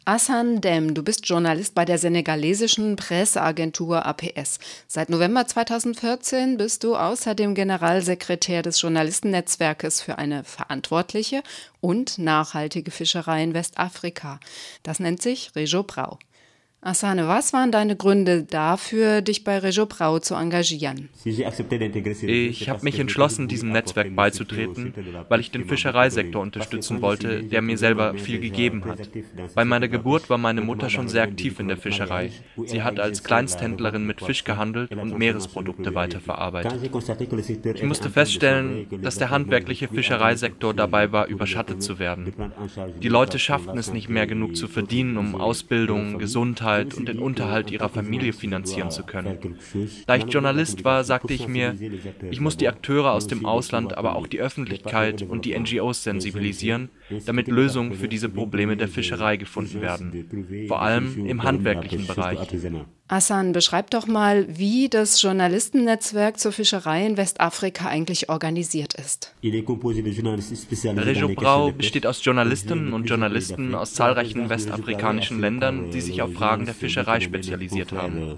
Assane Dème, du bist Journalist bei der senegalesischen Presseagentur APS. Seit November 2014 bist du außerdem Generalsekretär des Journalistennetzwerkes für eine verantwortliche und nachhaltige Fischerei in Westafrika. Das nennt sich Rejobrau. Assane, was waren deine Gründe dafür, dich bei Rejobrau zu engagieren? Ich habe mich entschlossen, diesem Netzwerk beizutreten, weil ich den Fischereisektor unterstützen wollte, der mir selber viel gegeben hat. Bei meiner Geburt war meine Mutter schon sehr aktiv in der Fischerei. Sie hat als Kleinsthändlerin mit Fisch gehandelt und Meeresprodukte weiterverarbeitet. Ich musste feststellen, dass der handwerkliche Fischereisektor dabei war, überschattet zu werden. Die Leute schafften es nicht mehr genug zu verdienen, um Ausbildung, Gesundheit und den Unterhalt ihrer Familie finanzieren zu können. Da ich Journalist war, sagte ich mir, ich muss die Akteure aus dem Ausland, aber auch die Öffentlichkeit und die NGOs sensibilisieren, damit Lösungen für diese Probleme der Fischerei gefunden werden, vor allem im handwerklichen Bereich. Assane, beschreib doch mal, wie das Journalistennetzwerk zur Fischerei in Westafrika eigentlich organisiert ist. Rejobrau besteht aus Journalistinnen und Journalisten aus zahlreichen westafrikanischen Ländern, die sich auf Fragen der Fischerei spezialisiert haben.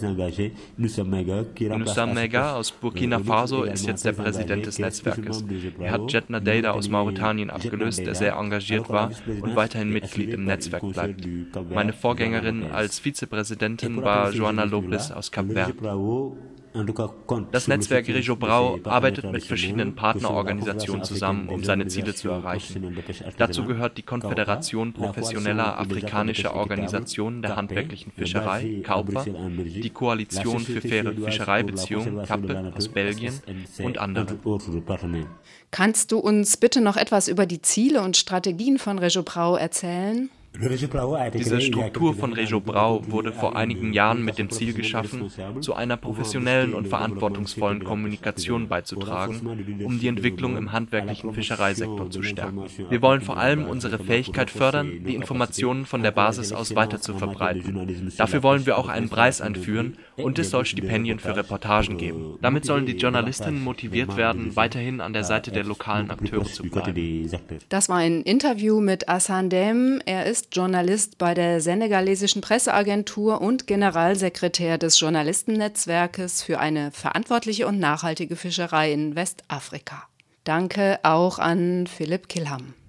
Nussam Mega aus Burkina Faso ist jetzt der Präsident des Netzwerkes. Er hat Jetna Data aus Mauretanien abgelöst, der sehr engagiert war und weiterhin Mitglied im Netzwerk bleibt. Meine Vorgängerin als Vizepräsidentin war Joana Lopez aus Kap Verde. Das Netzwerk Rejobrau arbeitet mit verschiedenen Partnerorganisationen zusammen, um seine Ziele zu erreichen. Dazu gehört die Konföderation professioneller afrikanischer Organisationen der handwerklichen Fischerei, KAUPA, die Koalition für faire Fischereibeziehungen, KAPE, aus Belgien und andere. Kannst du uns bitte noch etwas über die Ziele und Strategien von Rejobrau erzählen? Diese Struktur von Rejobrau wurde vor einigen Jahren mit dem Ziel geschaffen, zu einer professionellen und verantwortungsvollen Kommunikation beizutragen, um die Entwicklung im handwerklichen Fischereisektor zu stärken. Wir wollen vor allem unsere Fähigkeit fördern, die Informationen von der Basis aus weiter zu verbreiten. Dafür wollen wir auch einen Preis einführen und es soll Stipendien für Reportagen geben. Damit sollen die Journalistinnen motiviert werden, weiterhin an der Seite der lokalen Akteure zu bleiben. Das war ein Interview mit Assane Dème. Er ist Journalist bei der senegalesischen Presseagentur und Generalsekretär des Journalistennetzwerkes für eine verantwortliche und nachhaltige Fischerei in Westafrika. Danke auch an Philipp Kilham.